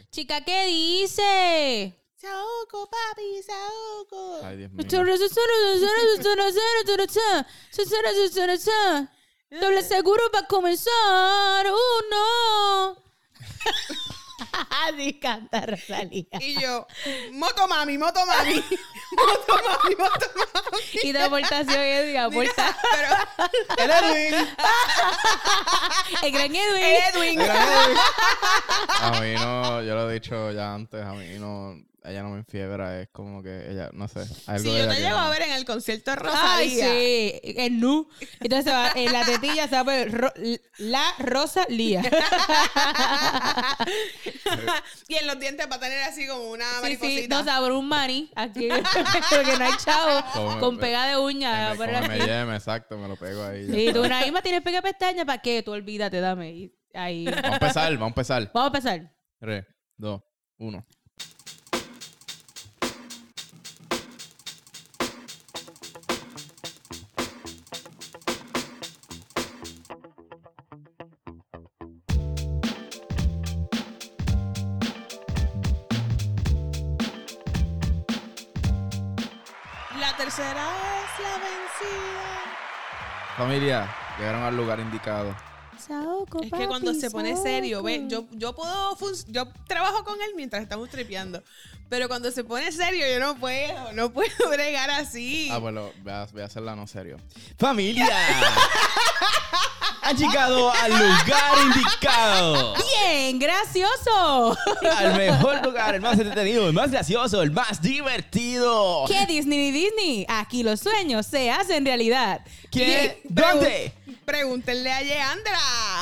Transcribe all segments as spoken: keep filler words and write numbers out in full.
Chica, ¿qué dice? Saoco, papi, saoco. Ay, Dios mío. Doble seguro para comenzar. Uno. Así canta Rosalía. Y yo, moto mami, moto mami. Moto mami, moto mami. Y de aportación, Edwin, aporta. Pero, El Edwin. El gran Edwin. Edwin. El Edwin. A mí no, yo lo he dicho ya antes, a mí no, ella no me enfiebra, es como que ella, no sé. Algo Si de yo ella te que llego no. a ver en el concierto de Ay, Rosalía. sí. El nu. Entonces se va, en la tetilla se va a poner ro, la Rosalía. Y en los dientes va a tener así como una Sí, mariposita. sí. No, se abre un maní aquí. Porque no hay chavo. Como- Con pega de uña. Me, por como me aquí. lleve, exacto, me lo pego ahí. ya Sí, está. tú, Naima, tienes pega pestaña. ¿Para qué? Tú olvídate, dame. Y ahí. Vamos a empezar, vamos a empezar. Vamos a empezar. tres, dos, uno. La tercera es la vencida. Familia, llegaron al lugar indicado. Saoco, Es que cuando papi, se pone saoco. serio, ve, yo, yo puedo fun- yo trabajo con él mientras estamos tripeando. Pero cuando se pone serio, yo no puedo, no puedo bregar así. Ah, pues lo, voy, a, voy a hacerla no serio. ¡Familia! Han llegado al lugar indicado. Bien, gracioso. Al mejor lugar, el más entretenido, el más gracioso, el más divertido. ¿Qué Disney ni Disney? Aquí los sueños se hacen realidad. ¿Qué? Pregu- ¿Dónde? Pregúntenle a Yeandra.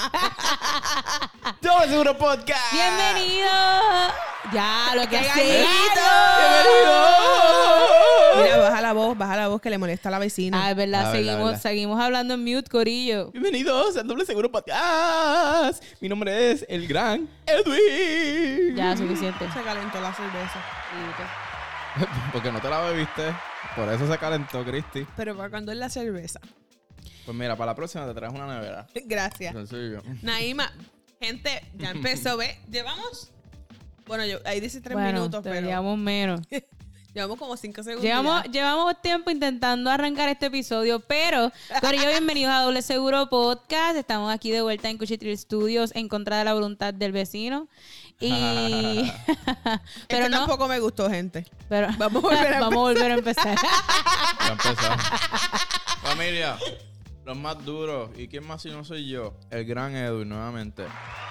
Todo Seguro Podcast. Bienvenido. Ya, lo que ¡Qué hace. ¡Bienvenido! Mira, baja la voz, baja la voz que le molesta a la vecina. Ah, es verdad, Ah, seguimos, verdad, verdad. seguimos hablando en mute, corillo. Bienvenidos al Doble Seguro Podcast. Mi nombre es el gran Edwin. Ya, suficiente. Se calentó la cerveza. Porque no te la bebiste. Por eso se calentó, Cristi. Pero para cuando es la cerveza. Pues mira, para la próxima te traes una nevera. Gracias. Sencillo. Naima, gente, ya empezó, ¿ve? ¿Llevamos? Bueno, yo, ahí dice tres Bueno, minutos, te pero llevamos menos. llevamos como cinco segundos. Llevamos, ya. llevamos tiempo intentando arrancar este episodio, pero corillo, bienvenidos a Doble Seguro Podcast. Estamos aquí de vuelta en Cuchitril Studios en contra de la voluntad del vecino. Y pero Esto no, tampoco me gustó, gente. pero Vamos a volver a vamos a volver a empezar. Ya empezamos. Familia, los más duros. ¿Y quién más si no soy yo? El gran Edwin, nuevamente.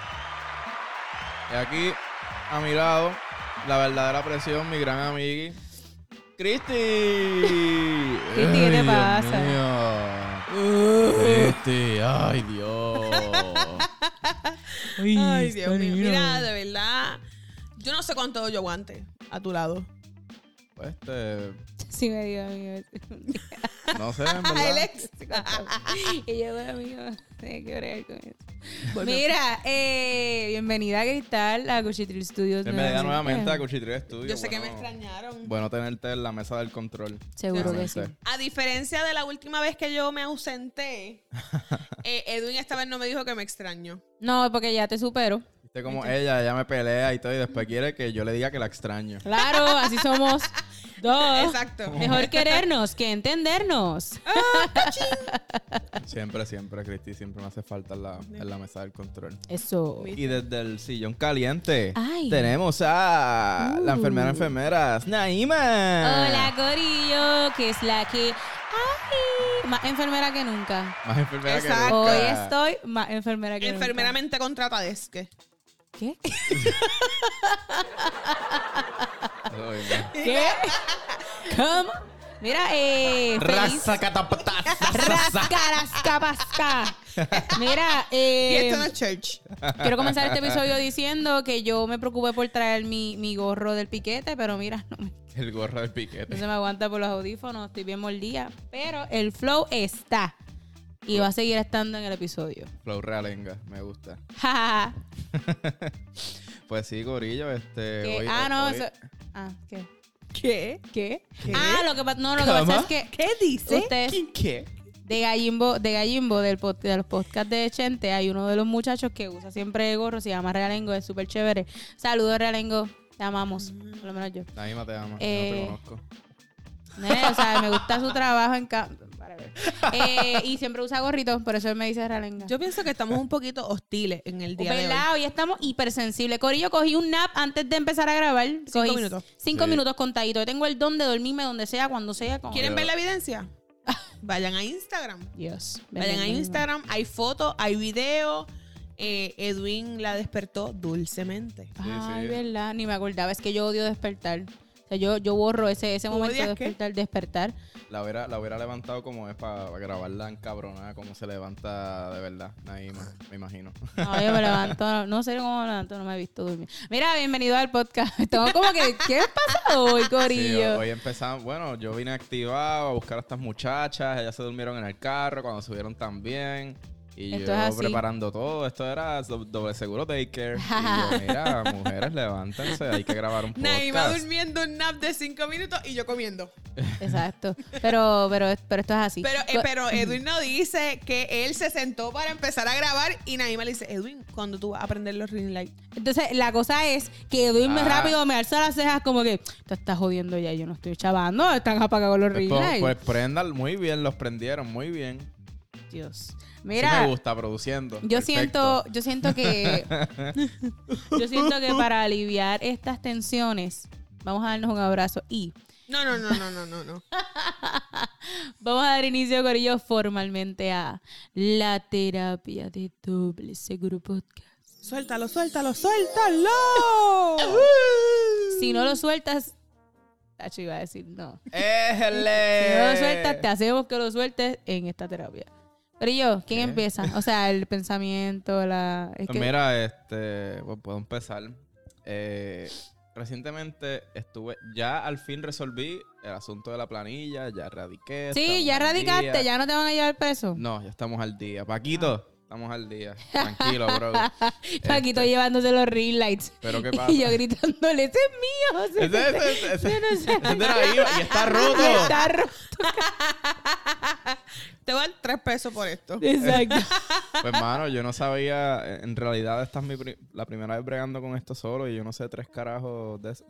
Y aquí, a mi lado, la verdadera presión, mi gran amigui, Cristi. Cristi, ¿qué te Ay, Dios pasa? mío. Cristi, ay Dios. Ay, Dios mío. Mira, de verdad, yo no sé cuánto yo aguante a tu lado. Pues este, Sí, me digo, amigo. no sé, en El verdad. ex. Y yo, bueno, amigo, tengo que bregar con eso. Mira, eh, bienvenida, Cristal, a Cuchitril Studios. Bienvenida nuevamente a Cuchitril Studios. Yo sé que me Bueno, extrañaron. Bueno tenerte en la mesa del control. Seguro que sí. Nuevamente. A diferencia de la última vez que yo me ausenté, eh, Edwin esta vez no me dijo que me extrañó. No, porque ya te supero. Viste como ella, ella me pelea y todo, y después quiere que yo le diga que la extraño. Claro, así somos dos. Exacto. Mejor querernos que entendernos. Siempre, siempre, Cristi, siempre me hace falta en la, en la mesa del control. Eso. Y desde el sillón caliente Ay. tenemos a Uh. la enfermera enfermeras, Naima. Hola, Corillo, que es la que... Ay, más enfermera que nunca. Más enfermera Exacto. que Hoy nunca. estoy más enfermera que Enfermeramente contratadesque. nunca. ¿Qué? Ay, no. ¿Qué? ¿Cómo? Mira, eh... feliz... Rascarascapasca. Mira, Y eh... esto no es church. quiero comenzar este episodio diciendo que yo me preocupé por traer mi, mi gorro del piquete, pero mira, no, me- El gorro del no piquete. se me aguanta por los audífonos, estoy bien mordida, pero el flow está y va a seguir estando en el episodio. Flow realenga, me gusta. Ja, ja, Pues sí, gorillo, este... ¿Qué? hoy- ah, no, hoy- eso- ah, ¿qué? ¿Qué? ¿Qué? ¿Qué? Ah, lo que pasa, no, lo que ¿Cómo? pasa es que ¿Qué dice? ustedes, ¿Quién qué? de Gallimbo, de Gallimbo del pod- de los podcasts de Chente, hay uno de los muchachos que usa siempre gorro, se llama Realengo, es súper chévere. Saludos, Realengo, te amamos, por lo menos yo. Naima te ama, Eh, yo no te conozco. Nene, o sea, me gusta su trabajo en campo. Eh, y siempre usa gorritos, por eso él me dice Realenga. Yo pienso que estamos un poquito hostiles en el día de hoy. ¿Verdad? Hoy estamos hipersensibles. Corillo, cogí un nap antes de empezar a grabar. Cinco Cogí minutos. Cinco Sí. minutos contadito. Yo tengo el don de dormirme donde sea, cuando sea. Como... ¿Quieren ver la evidencia? Vayan a Instagram. Dios. Vayan a Ven, ven, Instagram. Hay fotos, hay video. Eh, Edwin la despertó dulcemente. ven. Sí, Ay, sí. verdad. Ni me acordaba. Es que yo odio despertar. O sea, yo, yo borro ese, ese ¿Tú momento de odias qué? despertar, despertar. La hubiera, la hubiera levantado como es para grabarla encabronada, como se levanta de verdad. Naima, me imagino. No, yo me levanto. No sé cómo me levanto, no me he visto dormir. Mira, bienvenido al podcast. Estamos como que, ¿qué pasa hoy, Sí, Corillo? hoy empezamos, bueno, yo vine activado a buscar a estas muchachas, ellas se durmieron en el carro, cuando subieron también. Y Esto yo es así. preparando todo, esto era do- doble seguro daycare. Y yo, mira, mujeres, levántense, hay que grabar un Naima podcast. durmiendo un nap de cinco minutos y yo comiendo. Exacto. Pero, pero, pero esto es así. Pero, eh, pero Edwin no dice que él se sentó para empezar a grabar y Naima le dice, Edwin, cuando tú vas a prender los ring lights. Entonces, la cosa es que Edwin me Ah. rápido me alza las cejas como que te estás jodiendo ya, yo no estoy chavando, están apagados los Pues, ring pues, lights. pues prendan muy bien, los prendieron muy bien. Dios. Sí Mira, me gusta produciendo. yo Perfecto. siento, yo siento que yo siento que para aliviar estas tensiones, vamos a darnos un abrazo y No, no, no, no, no, no, no. vamos a dar inicio, Corillo, formalmente a la terapia de Doble Seguro Podcast. Suéltalo, suéltalo, suéltalo. Si no lo sueltas, Tacho iba a decir no. ¡Éjele! Si no lo sueltas, te hacemos que lo sueltes en esta terapia. Pero yo, ¿quién ¿Qué? empieza? O sea, el pensamiento, la... es Pues que- mira, este, pues puedo empezar. Eh, recientemente estuve, ya al fin resolví el asunto de la planilla, ya radiqué. sí, estamos ya al radicaste, día. ya no te van a llevar preso. No, ya estamos al día. Paquito, estamos al día. Tranquilo, bro. Paquito Este, llevándose los ring lights. Pero ¿qué pasa? Y yo gritándole, ese es mío. ese Ese, es ese, ese, ese, Yo no sé. ese es de la I V A y está roto. Está roto. Te voy a dar tres pesos por esto. Exacto. Pues, mano, yo no sabía. En realidad, esta es mi pri- la primera vez bregando con esto solo y yo no sé tres carajos de eso.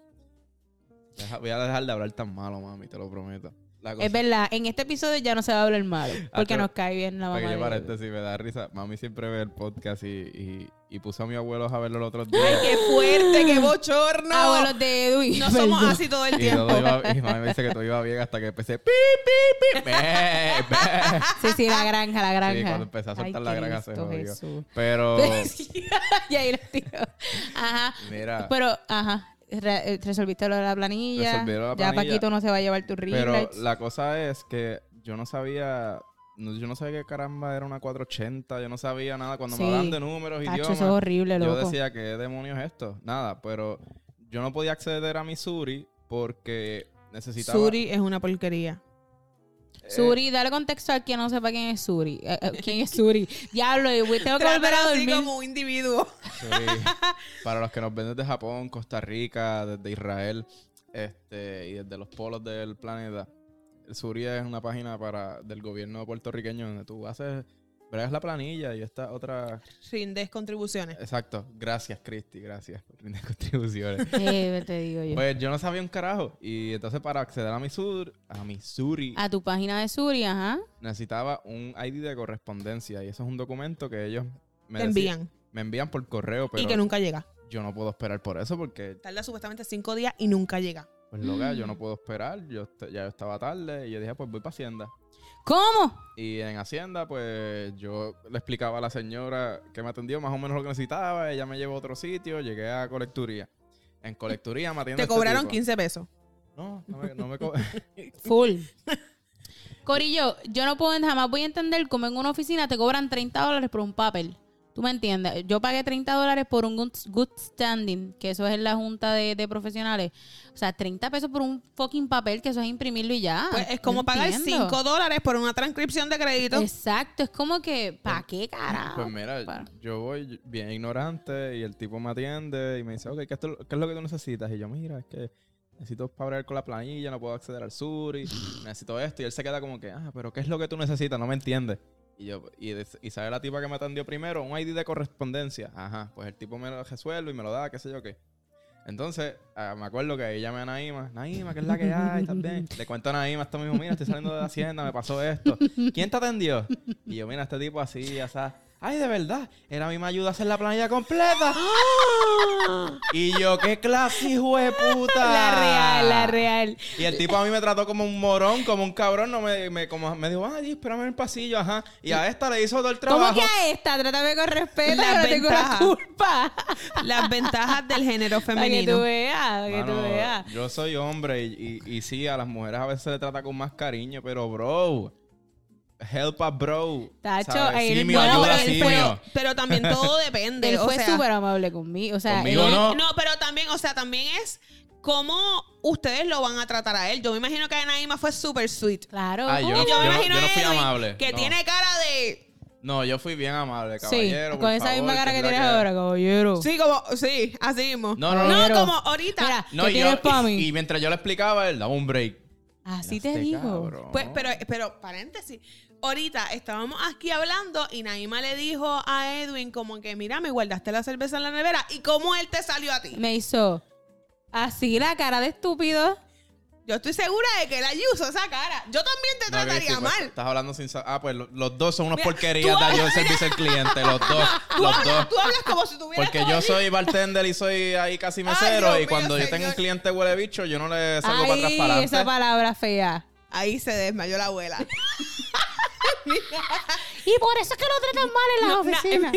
Deja- voy a dejar de hablar tan malo, mami, te lo prometo. La cosa- Es verdad, en este episodio ya no se va a hablar malo. Porque Hacho, nos cae bien la mamá. Pequeño de- paréntesis, me da risa. Mami siempre ve el podcast y, y, y puso a mi abuelo a verlo los otros días. ¡Qué fuerte, qué bochorno! Abuelos de Edwin. No somos perdón. así todo el Y, tiempo. todo iba, y mami me dice que todo iba bien hasta que empecé pi, pi, pi, be, be. Sí, sí, la granja, la granja. Sí, cuando empecé a soltar Ay, la granja se Cristo jodió. Jesús. Pero, y ahí lo tiro. Ajá. mira, Pero, ajá. Re- eh, resolviste lo de la planilla. Resolví lo de la Ya planilla. Paquito no se va a llevar tu ring pero lights. la cosa es que yo no sabía, no- yo no sabía que caramba era una cuatrocientos ochenta, yo no sabía nada. Cuando Sí. me hablan de números, Tacho, idiomas, eso es horrible, yo loco. decía, ¿qué demonios es esto? Nada, pero yo no podía acceder a mi Suri porque necesitaba... Suri es una porquería. eh, Suri, dale contexto al que no sepa quién es Suri. Eh, eh, ¿Quién es Suri? Diablo, y tengo que volver a Trátalo así dormir. como un individuo. Suri, para los que nos ven desde Japón, Costa Rica, desde Israel, este, y desde los polos del planeta, el Suri es una página para del gobierno puertorriqueño donde tú haces, bregas la planilla y esta otra... Rindes contribuciones. Exacto. Gracias, Cristi, gracias por brindar contribuciones. Eh, te digo yo. Pues yo no sabía un carajo. Y entonces para acceder a mi Sur, a mi Suri, A tu página de Suri, ajá. necesitaba un I D de correspondencia. Y eso es un documento que ellos me Te deci- envían. Me envían por correo, pero Y que nunca llega. yo no puedo esperar por eso porque, Tarda supuestamente cinco días y nunca llega. pues loca, yo no puedo esperar. Yo est- ya yo estaba tarde y yo dije, pues voy para Hacienda. ¿Cómo? Y en Hacienda, pues yo le explicaba a la señora que me atendió más o menos lo que necesitaba. Ella me llevó a otro sitio, llegué a colecturía. En colecturía me atiende Te este cobraron tipo. quince pesos. No, no me, no me co- Full. Corillo, yo no puedo, jamás voy a entender cómo en una oficina te cobran treinta dólares por un papel. ¿Tú me entiendes? Yo pagué treinta dólares por un good, good standing, que eso es en la junta de, de profesionales. O sea, treinta pesos por un fucking papel, que eso es imprimirlo y ya. Pues es como No pagar entiendo. cinco dólares por una transcripción de crédito. Exacto, es como que, ¿para qué carajo? Pues mira, Pa- yo voy bien ignorante y el tipo me atiende y me dice, ok, ¿qué, es, to- qué es lo que tú necesitas? Y yo, mira, es que necesito para bregar con la planilla, no puedo acceder al Suri, necesito esto. Y él se queda como que, ah, pero ¿qué es lo que tú necesitas? No me entiendes. Y yo, y, de, y sale la tipa que me atendió primero, un I D de correspondencia. Ajá, pues el tipo me lo resuelve y me lo da, qué sé yo qué. Entonces, uh, me acuerdo que ahí llamé a Naima. Naima, ¿qué es la que hay? ¿Estás bien? Le cuento a Naima esto mismo. Mira, estoy saliendo de la hacienda, me pasó esto. ¿Quién te atendió? Y yo, mira, este tipo así, ya sabes. Ay, de verdad, él a mí me ayuda a hacer la planilla completa. Y yo, qué clase, hijo de puta. La real, la real. Y el tipo a mí me trató como un morón, como un cabrón. No me, me, como, me dijo, ay, espérame en el pasillo, ajá. Y a esta le hizo todo el trabajo. ¿Cómo que a esta? Trátame con respeto, Las yo no tengo la ventajas. culpa. Las ventajas del género Para que tú femenino. veas, para que tú Mano, veas. yo soy hombre y, y, y sí, a las mujeres a veces se le trata con más cariño, pero bro, help a bro. Tacho, ¿sabes? él- Simio, bueno, ayuda a pero él simio. fue- Pero también todo depende. Él o fue sea, súper amable conmigo. O sea, Conmigo él- no. No, pero también, o sea, también es cómo ustedes lo van a tratar a él. Yo me imagino que Naima fue súper sweet. Claro. Ah, yo- Y yo, yo me no- imagino yo no a fui Edwin, amable, que no. tiene cara de... No, yo fui bien amable, Sí, caballero. con por esa favor, misma cara que es la tienes ahora, caballero. Sí, como... Sí, así mismo. No, no, no. No, Pero- como ahorita. Mira, No, ¿qué y, tienes yo- para mí? y mientras yo le explicaba, él daba un break. Así Ya te este digo. cabrón. Pues, pero, pero, paréntesis. Ahorita estábamos aquí hablando y Naima le dijo a Edwin como que, mira, me guardaste la cerveza en la nevera. ¿Y cómo él te salió a ti? Me hizo así la cara de estúpido. Yo estoy segura de que él allí usó esa cara. Yo también te No, trataría que sí, pues, mal. estás hablando sin sa- Ah, pues lo- los dos son unas Mira, porquerías tú de ayuda al servicio al cliente. Los dos. Tú los hablas, dos. tú hablas como si tuvieras Porque todo yo allí. soy bartender y soy ahí casi mesero. Dios y mío, cuando yo señor. tengo un cliente huele bicho, yo no le salgo para atrás Ay, para esa adelante. palabra fea. Ahí se desmayó la abuela. Y por eso es que lo tratan mal en las No, na- oficinas.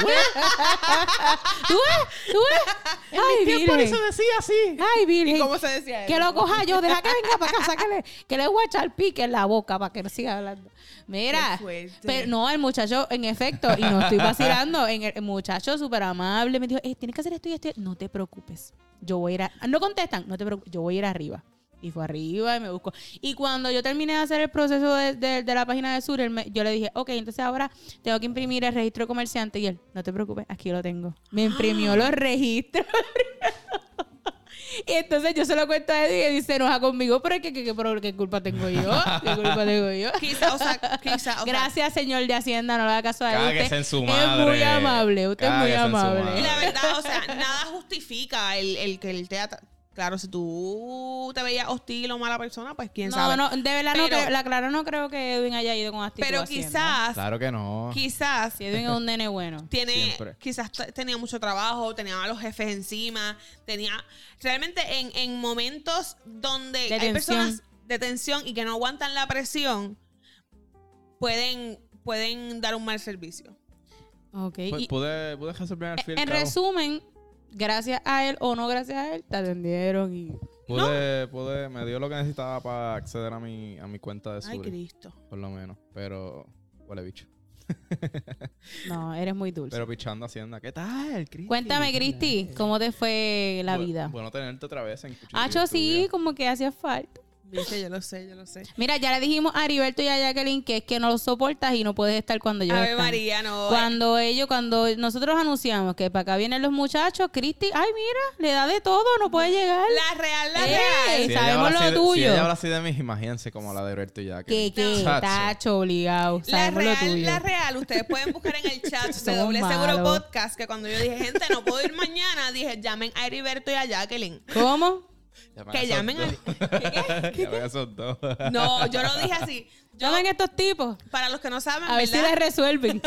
¿Tú ves? ¿Tú ves? Ay, Virgen. decía así. Ay, Virgen. ¿Cómo se decía Que eso? lo coja yo. Deja que venga para casa. Que le, que le voy a echar pique en la boca para que no siga hablando. Mira. Qué fuerte. Pero no, el muchacho, en efecto, y no estoy vacilando, en el, el muchacho súper amable me dijo, eh, tienes que hacer esto y esto. No te preocupes. Yo voy a ir a... No contestan. No te preocupes. Yo voy a ir arriba. Y fue arriba y me buscó. Y cuando yo terminé de hacer el proceso de, de, de la página de Sur, él me- yo le dije, ok, entonces ahora tengo que imprimir el registro de comerciante. Y él, no te preocupes, aquí lo tengo. Me imprimió los registros. Y entonces yo se lo cuento a Eddie y él se enoja conmigo. Pero ¿qué, qué, qué, pero ¿qué culpa tengo yo? ¿Qué culpa tengo yo? Quizá, o sea, quizá, o sea, Gracias, señor de Hacienda, no le haga caso a él. Cáguese Usted en su es madre. muy amable, usted Cáguese es en muy su amable. madre. la verdad, o sea, nada justifica el, el que el teatro... Claro, si tú te veías hostil o mala persona, pues quién No, sabe. no, de verdad no Pero- creo, la Clara no creo que Edwin haya ido con actitud Pero Hacienda. quizás, Claro que no. quizás Si Edwin es un nene bueno. tiene, Siempre. quizás t- tenía mucho trabajo, tenía a los jefes encima, tenía realmente en, en momentos donde De hay tensión. personas de tensión y que no aguantan la presión, pueden, pueden dar un mal servicio. Ok. Pues y- pude, pude resolver al fin y al en cabo. resumen, gracias a él o no gracias a él, te atendieron y... Pude, pude, me dio lo que necesitaba para acceder a mi, a mi cuenta de Ay, Suri, Cristo. por lo menos. Pero, huele bicho. No, eres muy dulce. Pero pichando Hacienda. ¿Qué tal, Cristi? Cuéntame, Cristi, ¿cómo te fue la Bu- vida? Bueno tenerte otra vez en Cuchillo Hacho, sí, Estudio. como que hacía falta. Viste, yo lo sé, yo lo sé. Mira, ya le dijimos a Heriberto y a Jacqueline que es que no los soportas y no puedes estar cuando ellos Ave están. María, no. Cuando ellos, cuando nosotros anunciamos que para acá vienen los muchachos, Cristi, ay, mira, le da de todo, no puede llegar. La real, la Eh, real. Si ella sabemos habla lo así de- tuyo. Si ella habla así de mí, imagínense como la de Roberto y ya. Que, que, Chacho. tacho, obligado. La Sabemos lo real, tuyo. la real, ustedes pueden buscar en el chat de Somos Doble Seguro malos. Podcast que cuando yo dije, gente, no puedo ir mañana, dije, llamen a Heriberto y a Jacqueline. ¿Cómo? Llamen Que a esos llamen dos. a... Llamen a esos dos. No, yo lo dije así. Yo, Llamen a estos tipos. para los que no saben, A ver si ¿verdad? les resuelven.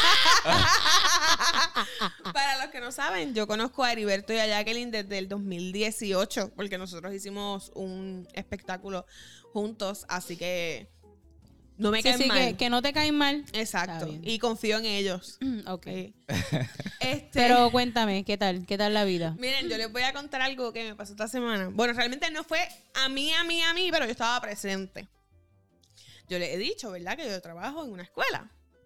Para los que no saben, yo conozco a Heriberto y a Jacqueline desde el dos mil dieciocho, porque nosotros hicimos un espectáculo juntos, así que no me Sí, caen sí, mal. que, que no te caen mal. Exacto. Está bien. Y confío en ellos. Ok. Sí. Este, Pero cuéntame, ¿qué tal? ¿Qué tal la vida? miren, yo les voy a contar algo que me pasó esta semana. Bueno, realmente no fue a mí, a mí, a mí, pero yo estaba presente. Yo les he dicho, ¿verdad? Que yo trabajo en una escuela.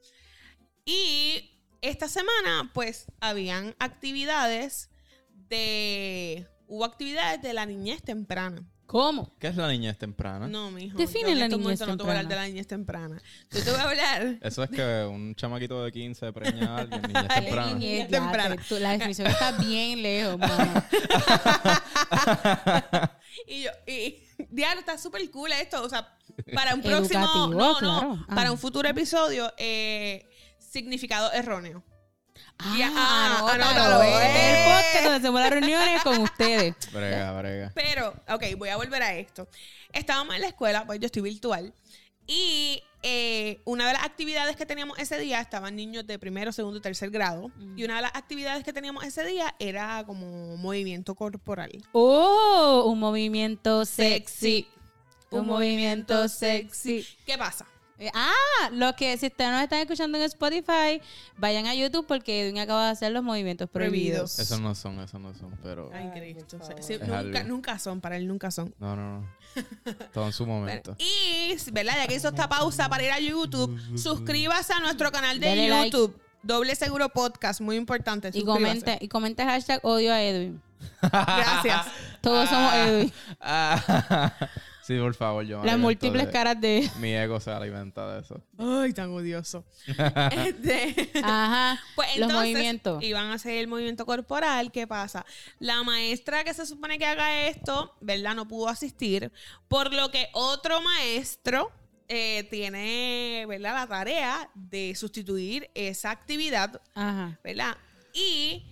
Y esta semana, pues, habían actividades de... Hubo actividades de la niñez temprana. ¿Cómo? ¿Qué es la niñez temprana? No, mijo. Define yo en la estos niñez momentos no te voy a hablar temprana. de la niñez temprana. Yo te voy a hablar... Eso es que un chamaquito de quince preña a alguien, niñez temprana. Niñez, Temprana. ya, te- tú- la definición está bien lejos, mano. Y yo, y diablo, está súper cool esto. O sea, para un próximo, Educativo, no, claro. no, Ah. para un futuro episodio, eh, significado erróneo. Ah, Y- ah, anótalo. anótalo, Este es el eh. podcast donde hacemos las reuniones con ustedes. Brega, brega. Pero, ok, voy a volver a esto. Estábamos en la escuela, pues yo estoy virtual. Y eh, una de las actividades que teníamos ese día, estaban niños de primero, segundo y tercer grado. Mm. Y una de las actividades que teníamos ese día era como movimiento corporal. Oh, un movimiento sexy. Sexy. Un movimiento sexy. ¿Qué pasa? Eh, Ah, los que si ustedes nos están escuchando en Spotify, vayan a YouTube porque Edwin acaba de hacer los movimientos prohibidos. Prohibidos. Esos no son, esos no son, pero... Ay, Ay, Cristo. por favor. Sí, Es nunca, algo. nunca son, para él nunca son. No, no, no. Todo en su momento. Y, ¿verdad? Ya que hizo esta pausa para ir a YouTube, suscríbase a nuestro canal de Dale like. YouTube. Doble Seguro Podcast, muy importante. Y suscríbase. comente, y comente hashtag odio a Edwin. Gracias. Todos somos Edwin. Ah, sí, por favor, yo me Las alimento múltiples de- caras de... Mi ego se alimenta de eso. Ay, tan odioso. Este, Ajá. pues los entonces, movimientos. iban a hacer el movimiento corporal. ¿Qué pasa? La maestra que se supone que haga esto, ¿verdad? No pudo asistir, por lo que otro maestro eh, tiene, ¿verdad? La tarea de sustituir esa actividad, Ajá. ¿verdad? Y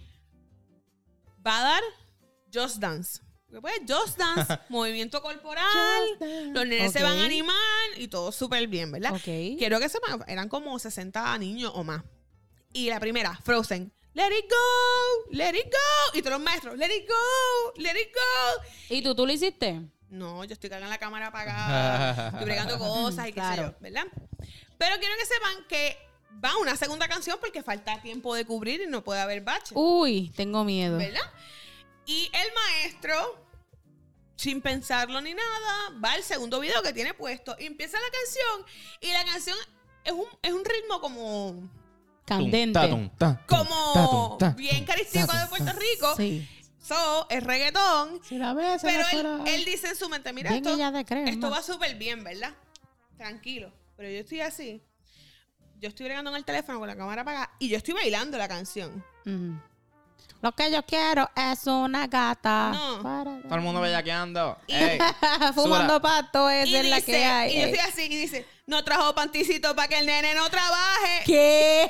va a dar Just Dance. Porque, Pues Just Dance, movimiento corporal, Just Dance. los nenes se van Ok. a animar y todo súper bien, ¿verdad? Ok. Quiero que sepan, eran como sesenta niños o más. Y la primera, Frozen. Let it go, let it go. Y todos los maestros, let it go, let it go. ¿Y tú, tú lo hiciste? No, yo estoy cagando la cámara apagada, estoy bregando cosas y qué sé Claro. yo, ¿verdad? Pero quiero que sepan que va una segunda canción porque falta tiempo de cubrir y no puede haber bache, Uy, tengo miedo. ¿verdad? Y el maestro, sin pensarlo ni nada, va al segundo video que tiene puesto y empieza la canción. Y la canción es un, es un ritmo como, Candente. Tum, ta, tum, ta, como tum, ta, bien carismático de Puerto Rico. Sí. So, es reggaetón. Si la ves, Pero él, él dice en su mente, mira, Bien esto, ella de crema. esto va súper bien, ¿verdad? Tranquilo. Pero yo estoy así. Yo estoy bregando en el teléfono con la cámara apagada y yo estoy bailando la canción. Ujú. Lo que yo quiero es una gata. No. Para- Todo el mundo bellaqueando. Y- Ey, Fumando Sura. pasto, esa Y, es la dice, que hay. y yo estoy así y dice, no trajo panticito para que el nene no trabaje. ¿Qué?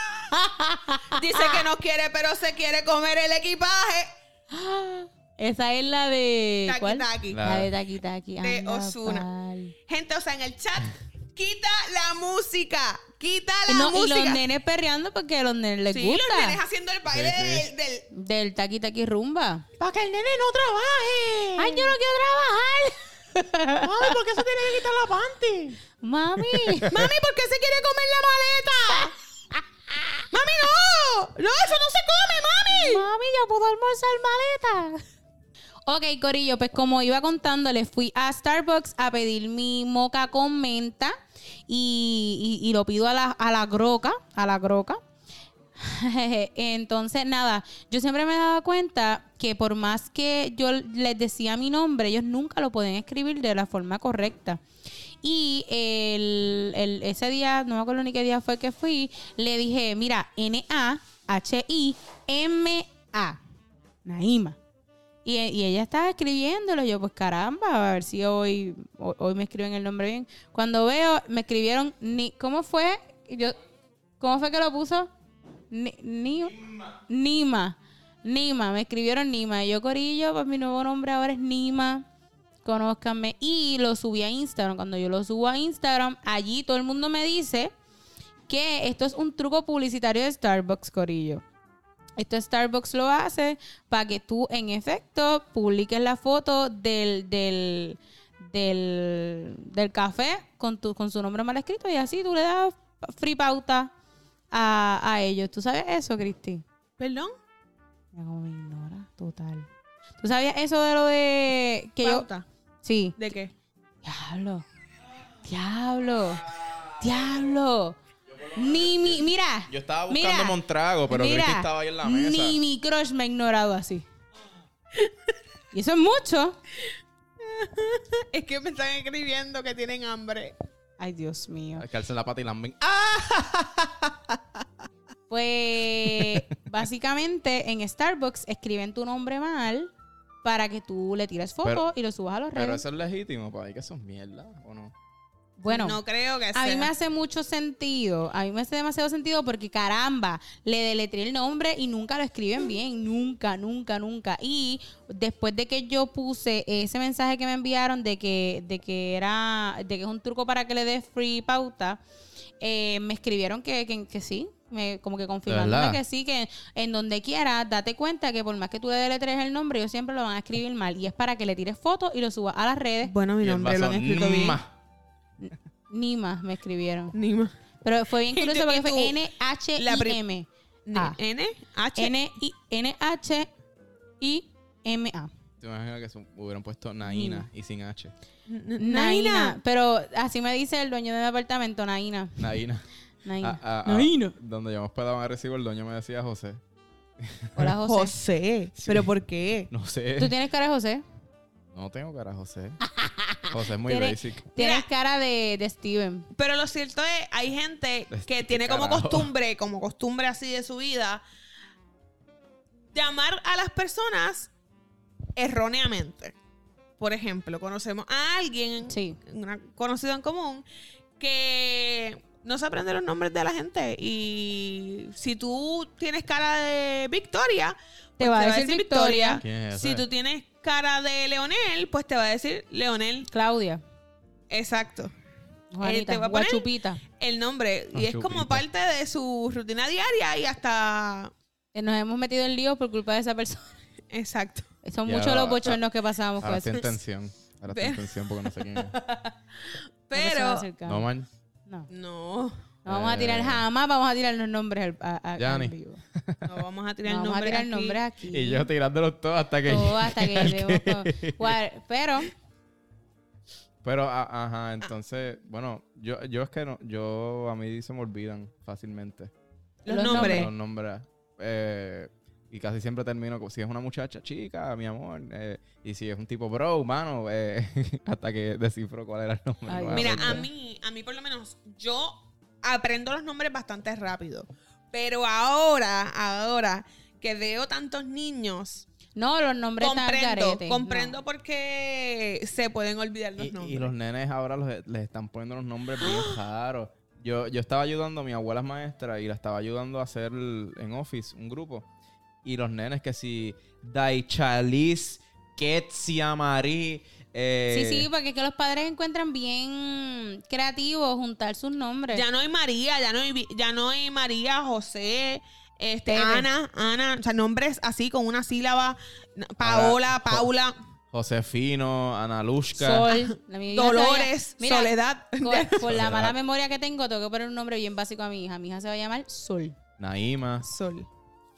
Dice que no quiere, pero se quiere comer el equipaje. Esa es la de... Taki ¿Cuál? Taki. La- La de Taki Taki. De Anda, Ozuna. pal. Gente, o sea, en el chat, quita la música. Quita la No, y música. los nenes perreando porque a los nenes les sí, gusta. los nenes haciendo el baile Sí, sí. del- del, Del Taki Taki Rumba. para que el nene no trabaje. ¡Ay, yo no quiero trabajar! Mami, ¿por qué se tiene que quitar la panty? Mami. Mami, ¿por qué se quiere comer la maleta? Mami, no. No, eso no se come, mami. Mami, ya puedo almorzar maleta. Ok, Corillo, pues como iba contándole, fui a Starbucks a pedir mi moca con menta y, y- y lo pido a la, a la groca, a la groca. Entonces, nada, yo siempre me he dado cuenta que por más que yo les decía mi nombre, ellos nunca lo pueden escribir de la forma correcta. Y el, el- ese día, no me acuerdo ni qué día fue que fui, le dije, mira, N A H I M A, Naima. Y, y ella estaba escribiéndolo. Yo, pues caramba, a ver si hoy, hoy, hoy me escriben el nombre bien. Cuando veo, me escribieron, ni, ¿cómo fue? Y yo, ¿cómo fue que lo puso? Ni, ni- Nima. Nima, me escribieron Nima. Y yo, Corillo, pues mi nuevo nombre ahora es Nima. Conózcanme. Y lo subí a Instagram. Cuando yo lo subo a Instagram, allí todo el mundo me dice que esto es un truco publicitario de Starbucks, Corillo. Esto Starbucks lo hace para que tú, en efecto, publiques la foto del, del, del, del café con, tu, con su nombre mal escrito y así tú le das free pauta a, a ellos. ¿Tú sabes eso, Cristi? ¿Perdón? Mira cómo me ignora, total. ¿Tú sabías eso de lo de que ¿Pauta? yo... Sí. ¿De qué? Diablo. Diablo. Diablo. Ni mi... Mira. Yo estaba buscando mira, Montrago, pero mira, Cristi estaba ahí en la mesa. Ni mi crush me ha ignorado así. Y eso es mucho. Es que me están escribiendo que tienen hambre. Ay, Dios mío. Es que alcen la pata y lamben. ¡Ah! Pues básicamente en Starbucks escriben tu nombre mal para que tú le tires fotos Pero- y lo subas a las Pero redes. eso es legítimo, para ahí que son mierda, ¿o no? Bueno, no creo que a sea. mí me hace mucho sentido, a mí me hace demasiado sentido porque caramba, le deletré el nombre y nunca lo escriben bien, nunca, nunca, nunca. Y después de que yo puse ese mensaje que me enviaron de que, de que era, de que es un truco para que le des free pauta, eh, me escribieron que, que, que sí, me, como que confirmándome ¿Verdad? que sí, que en donde quiera, date cuenta que por más que tú le deletres el nombre, ellos siempre lo van a escribir mal. Y es para que le tires fotos y lo subas a las redes. Bueno, mi Y el nombre lo han vaso, escrito bien. "Nma". Ni más me escribieron. Ni más. Pero fue bien Y curioso tú- porque y fue tú, N H la I pri- M. Ni- Ah. N, H. N I N H I M A. Te imaginas que se hubieran puesto Naina y sin H. N- Naina. Pero así me dice el dueño del apartamento, Naina. Naina. Naina. Ah, ah, ah, Naina. donde yo me hospedaba en recibo, el dueño me decía José. Hola, José. José. ¿Pero por qué? No sé. ¿Tú tienes cara de José? No tengo cara José. José es muy Tiene- basic. Tienes Mira. cara de, de Steven. Pero lo cierto es, hay gente Este que tiene como carajo. costumbre, como costumbre así de su vida, llamar a las personas erróneamente. Por ejemplo, conocemos a alguien, Sí. una conocido en común, que no se aprende los nombres de la gente. Y si tú tienes cara de Victoria, Te pues va a decir Victoria. ¿Quién es Si ese? tú tienes cara de Leonel, pues te va a decir Leonel. Claudia. Exacto. Juanita. te va a poner- Guachupita. El nombre. Y es como Chupita. parte de su rutina diaria y hasta... Eh, Nos hemos metido en líos por culpa de esa persona. Exacto. Son Ya, muchos los ahora- bochornos que pasamos con Ahora eso. está en tensión. Ahora está en tensión porque no sé quién es. Una persona Pero... cercana. No, man. No. No. No vamos a tirar Eh. jamás, vamos a tirar los nombres al, a, a- Yanni. al vivo. No vamos a tirar No el vamos a nombre tirar aquí. nombres aquí. Y yo tirándolos todos hasta que... Todo hasta que demos con- Guar- Pero, Pero, a- ajá, entonces, bueno, yo, yo es que no, yo, a mí se me olvidan fácilmente Los, Los nombres. los nombres. Eh, y casi siempre termino, con- si es una muchacha chica, mi amor, eh, y si es un tipo bro, mano, eh, hasta que descifro cuál era el nombre. Ay, nuevamente. Mira, a mí, a mí por lo menos, yo aprendo los nombres bastante rápido. Pero ahora, ahora que veo tantos niños, no, los nombres están al comprendo, garete. comprendo No. por qué se pueden olvidar los Y, nombres. y los nenes ahora los, les están poniendo los nombres bien raros. Yo, yo estaba ayudando, mi abuela es maestra y la estaba ayudando a hacer el- en Office un grupo. Y los nenes que si Daichalis, Ketsia Marí. Eh, Sí, sí, porque es que los padres encuentran bien creativos juntar sus nombres. Ya no hay María, ya no hay, Vi- ya no hay María, José, este, Teve. Ana, Ana, o sea, nombres así con una sílaba, Paola, Ahora, Paula, Josefino, Analushka. Sol, la mi hija Dolores, se vaya- Mira, Soledad. Por, por la Soledad. mala memoria que tengo, tengo que poner un nombre bien básico a mi hija. Mi hija se va a llamar Sol. Naima. Sol.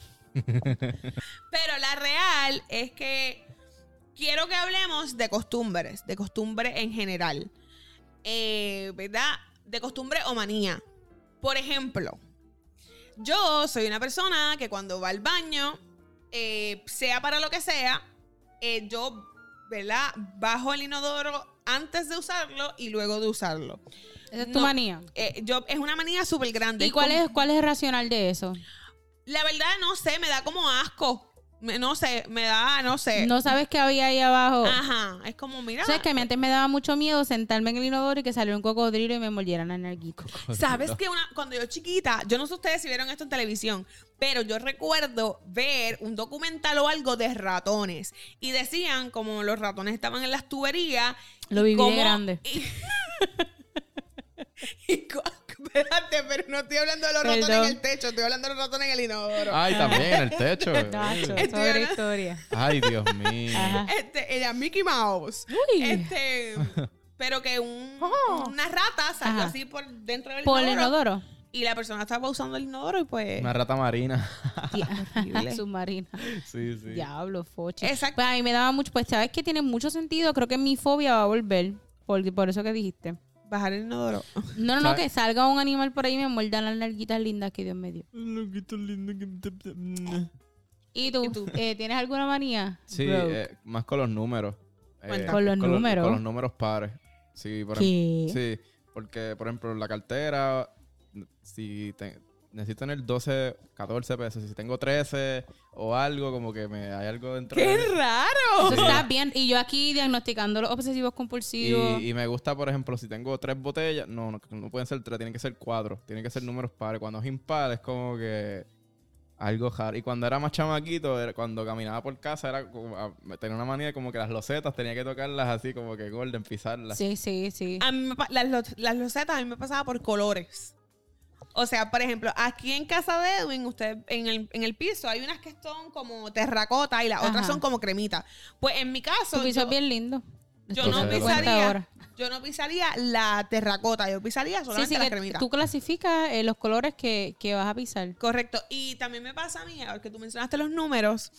Pero la real es que quiero que hablemos de costumbres, de costumbre en general. Eh, ¿Verdad? De costumbre o manía. Por ejemplo, yo soy una persona que cuando va al baño, eh, sea para lo que sea, eh, yo, ¿verdad? Bajo el inodoro antes de usarlo y luego de usarlo. Esa es tu No, manía. Eh, yo, es una manía súper grande. ¿Y Es cuál como- es, cuál es el racional de eso? La verdad, no sé, me da como asco. Me- no sé, me da, no sé. No sabes qué había ahí abajo. Ajá, es como, mira. ¿Sabes que a mí antes me daba mucho miedo sentarme en el inodoro y que saliera un cocodrilo y me mordieran la nalguita? ¿Sabes que una, cuando yo chiquita, yo no sé ustedes si vieron esto en televisión, pero yo recuerdo ver un documental o algo de ratones. Y decían como los ratones estaban en las tuberías. Lo y viví de cómo- grande. Y, y co- espérate, pero no estoy hablando de los ratones Perdón. en el techo, estoy hablando de los ratones en el inodoro. Ay, también en el techo. Nacho, Estoy sobre hablando- historia. Ay, Dios mío. Ajá. Este, ella Mickey Mouse. Uy. Este, pero que un, una rata salió Ajá. así por dentro del ¿Por el inodoro. inodoro? Y la persona estaba usando el inodoro y pues... Una rata marina. Horrible. Submarina. Sí, sí. Diablo, foche. Exacto. Pues a mí me daba mucho, pues sabes que tiene mucho sentido. Creo que mi fobia va a volver. Por, por eso que dijiste. Bajar el inodoro. No, no, no, ¿Sabes? que salga un animal por ahí y me muerda las nalguitas lindas que Dios me dio. ¿Y tú? ¿Y tú? Eh, ¿Tienes alguna manía? Sí, Bro? eh, más con los números. Eh, Cuenta. Con los números. Con los números pares. Sí, por ¿Qué? ejemplo. Sí, porque, por ejemplo, la cartera, si te- necesito tener doce, catorce pesos. Si tengo trece o algo, como que me hay algo dentro ¡Qué de mí. raro! Eso está bien. Y yo aquí diagnosticando los obsesivos compulsivos. Y, y me gusta, por ejemplo, si tengo tres botellas, no, no, no pueden ser tres, tienen que ser cuatro. Tienen que ser números pares. Cuando es impar es como que algo raro. Y cuando era más chamaquito, era, cuando caminaba por casa, era como, a, tenía una manía de como que las losetas tenía que tocarlas así, como que golden, pisarlas. Sí, sí, sí. A mí me pa- las, lo- las losetas a mí me pasaba por colores. O sea, por ejemplo, aquí en casa de Edwin, usted en el, en el piso hay unas que son como terracota y las Ajá. otras son como cremita. Pues en mi caso, Tu piso yo, es bien lindo. yo Estoy no dando cuenta pisaría, ahora. yo no pisaría la terracota, yo pisaría Sí, solamente sí, la que cremita. tú clasificas eh, los colores que, que vas a pisar. Correcto. Y también me pasa a mí, ahora que tú mencionaste los números,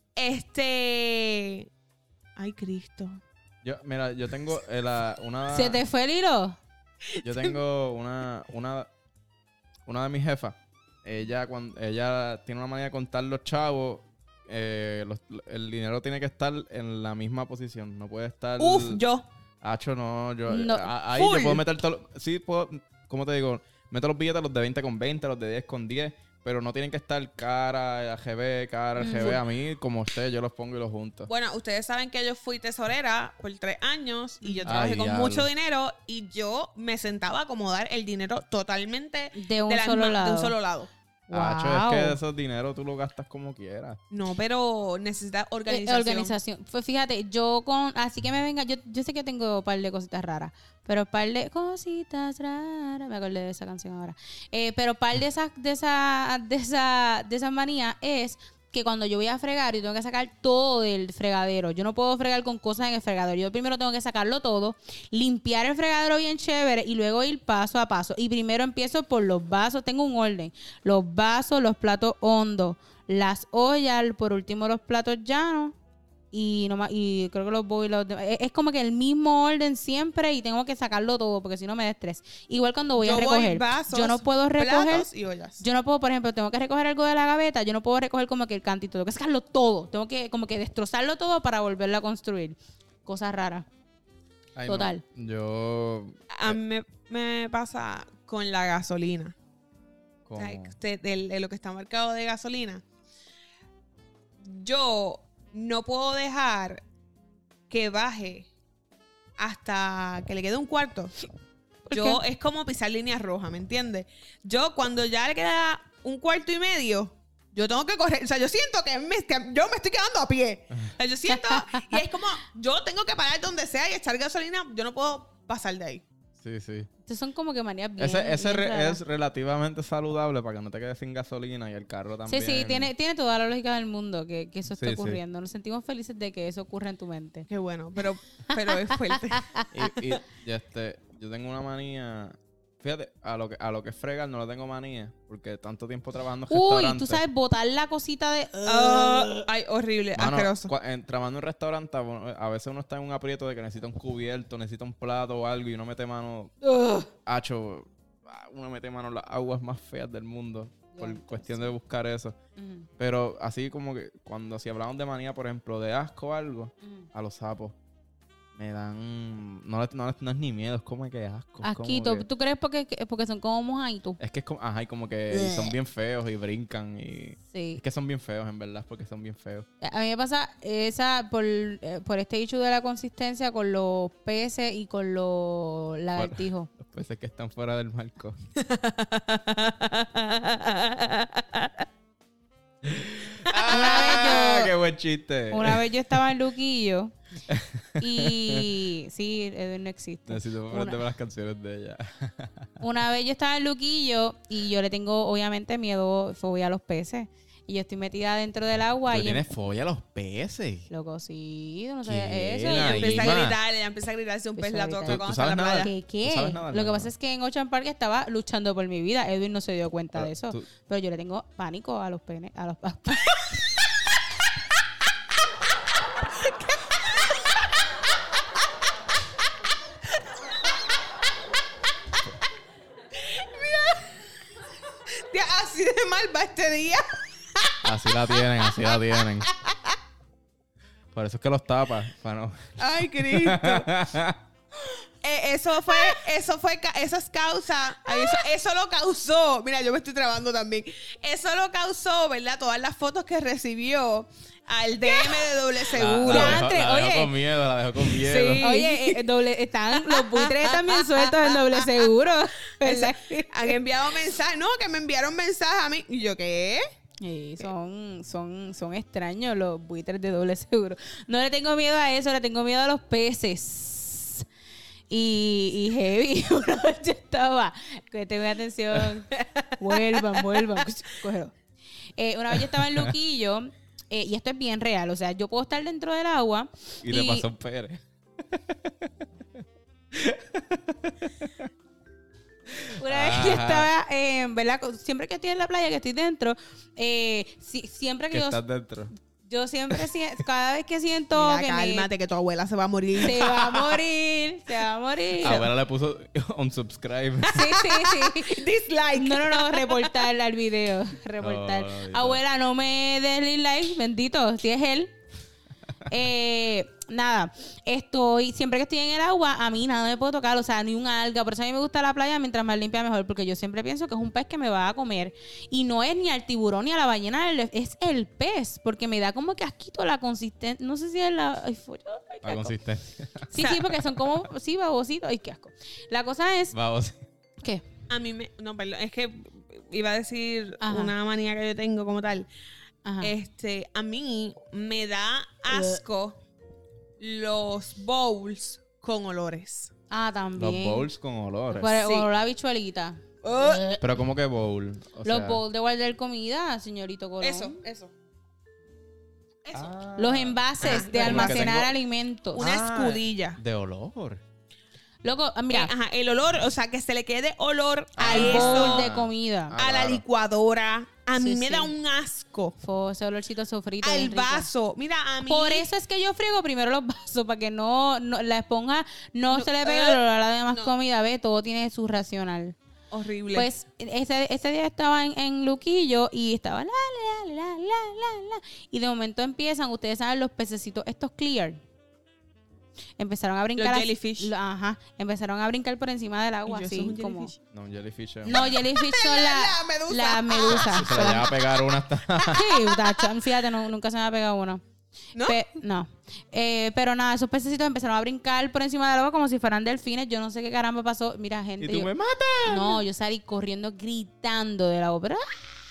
este... Ay, Cristo. Yo, mira, yo tengo eh, la, una... ¿Se te fue el hilo? Yo tengo una, una, una de mis jefas. Ella, cuando, ella tiene una manera de contar los chavos. Eh, los- el dinero tiene que estar en la misma posición. No puede estar... Uf, yo. Hacho, no. Yo, No, a- ahí full. yo puedo meter todo... Sí, puedo... ¿Cómo te digo? Meto los billetes, los de veinte con veinte, los de diez con diez. Pero no tienen que estar cara, A G B, cara, Mm. G B. A mí, como usted, yo los pongo y los junto. Bueno, ustedes saben que yo fui tesorera por tres años y yo trabajé Ay, con diablo. mucho dinero y yo me sentaba a acomodar el dinero totalmente De un la solo misma- lado. de un solo lado. Hacho, Wow. es que esos dineros tú los gastas como quieras. No, pero necesita Eh, organización. organización. Pues fíjate, yo con... Así que me venga... Yo, yo sé que tengo un par de cositas raras. Pero par de cositas raras... Me acordé de esa canción ahora. Eh, pero par de esas de esa, de esa, de esas manías es... que cuando yo voy a fregar, yo tengo que sacar todo del fregadero. Yo no puedo fregar con cosas en el fregadero. Yo primero tengo que sacarlo todo, limpiar el fregadero bien chévere y luego ir paso a paso. Y primero empiezo por los vasos. Tengo un orden. Los vasos, los platos hondos, las ollas, por último los platos llanos. Y, no, y creo que los voy los demás. Es, es como que el mismo orden siempre y tengo que sacarlo todo porque si no me da estrés. Igual cuando voy Yo a recoger. vasos, yo no puedo recoger. platos y ollas. Yo no puedo, por ejemplo, tengo que recoger algo de la gaveta, yo no puedo recoger como que el cantito, tengo que sacarlo todo, tengo que como que destrozarlo todo para volverlo a construir. Cosas raras. Ay, no. Total. Yo... A mí me, me pasa con la gasolina. O como- sea, usted- de, de lo que está marcado de gasolina. Yo no puedo dejar que baje hasta que le quede un cuarto. Yo qué? es como pisar líneas rojas, ¿me entiendes? Yo cuando ya le queda un cuarto y medio, yo tengo que correr. O sea, yo siento que, me- que yo me estoy quedando a pie. O sea, yo siento, y es como, yo tengo que parar donde sea y echar gasolina. Yo no puedo pasar de ahí. Sí, sí. Estos son como que manías bien. Ese, ese bien re- raras. es relativamente saludable para que no te quedes sin gasolina y el carro Sí, también. sí, tiene, tiene toda la lógica del mundo que, que eso esté Sí, sí. ocurriendo. Nos sentimos felices de que eso ocurra en tu mente. Qué bueno, pero, pero es fuerte. Y, y, y este, yo tengo una manía. Fíjate, a lo que a lo que es fregar no lo tengo manía. Porque tanto tiempo trabajando en Uy, restaurantes. tú sabes botar la cosita de... Ah, ay, horrible, Mano, asqueroso. cua- en- trabajando en un restaurante, bueno, a veces uno está en un aprieto de que necesita un cubierto, necesita un plato o algo y uno mete mano. Ugh. Hacho, ah, uno mete mano en las aguas más feas del mundo. Por Ya, cuestión de buscar eso. Ujú, Pero así como que cuando si hablamos de manía, por ejemplo, de asco o algo, ujú. a los sapos me dan. No, le- no, le- no es ni miedo, es como que asco. es como Asquito. que- ¿Tú crees porque, porque son como mojaditos? es que es como, ajá, y como que y son bien feos y brincan y. Sí. Es que son bien feos, en verdad, porque son bien feos. A mí me pasa esa por, eh, por este hecho de la consistencia con los peces y con los lagartijos. Los peces que están fuera del marco. ¡Ah! yo- ¡Qué buen chiste! Una vez yo estaba en Luquillo y... Sí, Edwin no existe. Necesito Una- aprender las canciones de ella. Una vez yo estaba en Luquillo y yo le tengo obviamente miedo, fobia a los peces. Y yo estoy metida dentro del agua Tú y... tienes fobia a los peces. Loco, sí, tú no sabías ¿Qué? eso. Nah, Yo Ahí Empieza a va. gritar, ella empieza a gritar si un pez la Empieza a toca gritar. cuando ¿Tú está en la sabes playa. nada? ¿Qué, qué? ¿Tú sabes nadar, Lo que no? pasa es que en Ocean Park estaba luchando por mi vida. Edwin no se dio cuenta Pero de eso. tú- Pero yo le tengo pánico a los penes. A los... Tía, así de mal va este día. Así la tienen, así la tienen. Por eso es que los tapas, para no. Ay, Cristo. Eh, eso fue, eso fue, ca- eso es causa, eso, eso lo causó, mira, yo me estoy trabando también, eso lo causó, ¿verdad? Todas las fotos que recibió al D M de Doble La, Seguro. la dejó, Diantre, la dejó oye. con miedo, la dejó con miedo. Sí. Oye, eh, doble, están, los buitres también sueltos en doble seguro. ¿Verdad? Han enviado mensajes, no, que me enviaron mensajes a mí. Y yo, ¿qué? Sí, son, son, son extraños los buitres de doble seguro. No le tengo miedo a eso, le tengo miedo a los peces. Y, y heavy, una vez yo estaba, que tengan atención, vuelvan, vuelvan, cógelo. Eh, una vez yo estaba en Luquillo, eh, y esto es bien real, o sea, yo puedo estar dentro del agua. Y le pasó un Pérez. Una vez Ajá. yo estaba, eh, ¿verdad? Siempre que estoy en la playa, que estoy dentro, eh, si- siempre que, Que yo, estás dentro. yo siempre siento, cada vez que siento Mira, que me- cálmate, que tu abuela se va a morir. se va a morir, se va a morir. Abuela le puso unsubscribe. Sí, sí, sí. Dislike. No, no, no, reportar al video. Reportar. No, no, no. Abuela, no me des dislike, bendito, si es él. Eh, nada, estoy, siempre que estoy en el agua, a mí nada me puede tocar, o sea, ni un alga. Por eso a mí me gusta la playa, mientras más limpia mejor, porque yo siempre pienso que es un pez que me va a comer. Y no es ni al tiburón ni a la ballena, es el pez, porque me da como que asquito la consistencia. No sé si es la... Ay, fue- ay, qué La asco. consistencia. Sí, sí, porque son como, sí, babositos. Ay, qué asco. La cosa es, Vamos. ¿qué? A mí me... No, perdón, es que iba a decir Ajá. una manía que yo tengo como tal. Ajá. Este, a mí me da asco los bowls con olores. Ah, Los también. bowls con olores. Por el Sí. olor a bichuelita. Pero ¿cómo que bowl? O Los sea, bowls de guardar comida, señorito Colón. Eso, eso. Eso. ah, Los envases de como el que almacenar tengo- alimentos. Una Ah, escudilla. De olor. Loco, ah, mira, Eh, ajá, el olor, o sea, que se le quede olor a al eso, bowl de comida. Ah, a la claro. licuadora. A mí Sí, me sí. da un asco. Fo, ese olorcito sofrito. Al bien rico. vaso. Mira, a mí... Por eso es que yo friego primero los vasos, para que no, no- la esponja no, No, se le pegue eh, el olor a la demás no. comida. Ve, todo tiene su racional. Horrible. Pues ese, ese día estaba en, en Luquillo y estaba la, la, la, la, la, la. Y de momento empiezan, ustedes saben, los pececitos, estos clear. Empezaron a brincar. Los así- jellyfish. lo- Ajá. Empezaron a brincar por encima del agua, Y yo, así ¿eso es un como. jellyfish? No, un jellyfish. es- No, jellyfish son la, La medusa. la medusa. Si se la lleva a pegar una hasta... Sí, tacho, fíjate, no- nunca se me ha pegado uno. ¿No? Pe- no. Eh, pero nada, esos pececitos empezaron a brincar por encima del agua como si fueran delfines. Yo no sé qué caramba pasó. Mira, gente. Y tú yo- me matas. No, yo salí corriendo gritando del agua. Pero,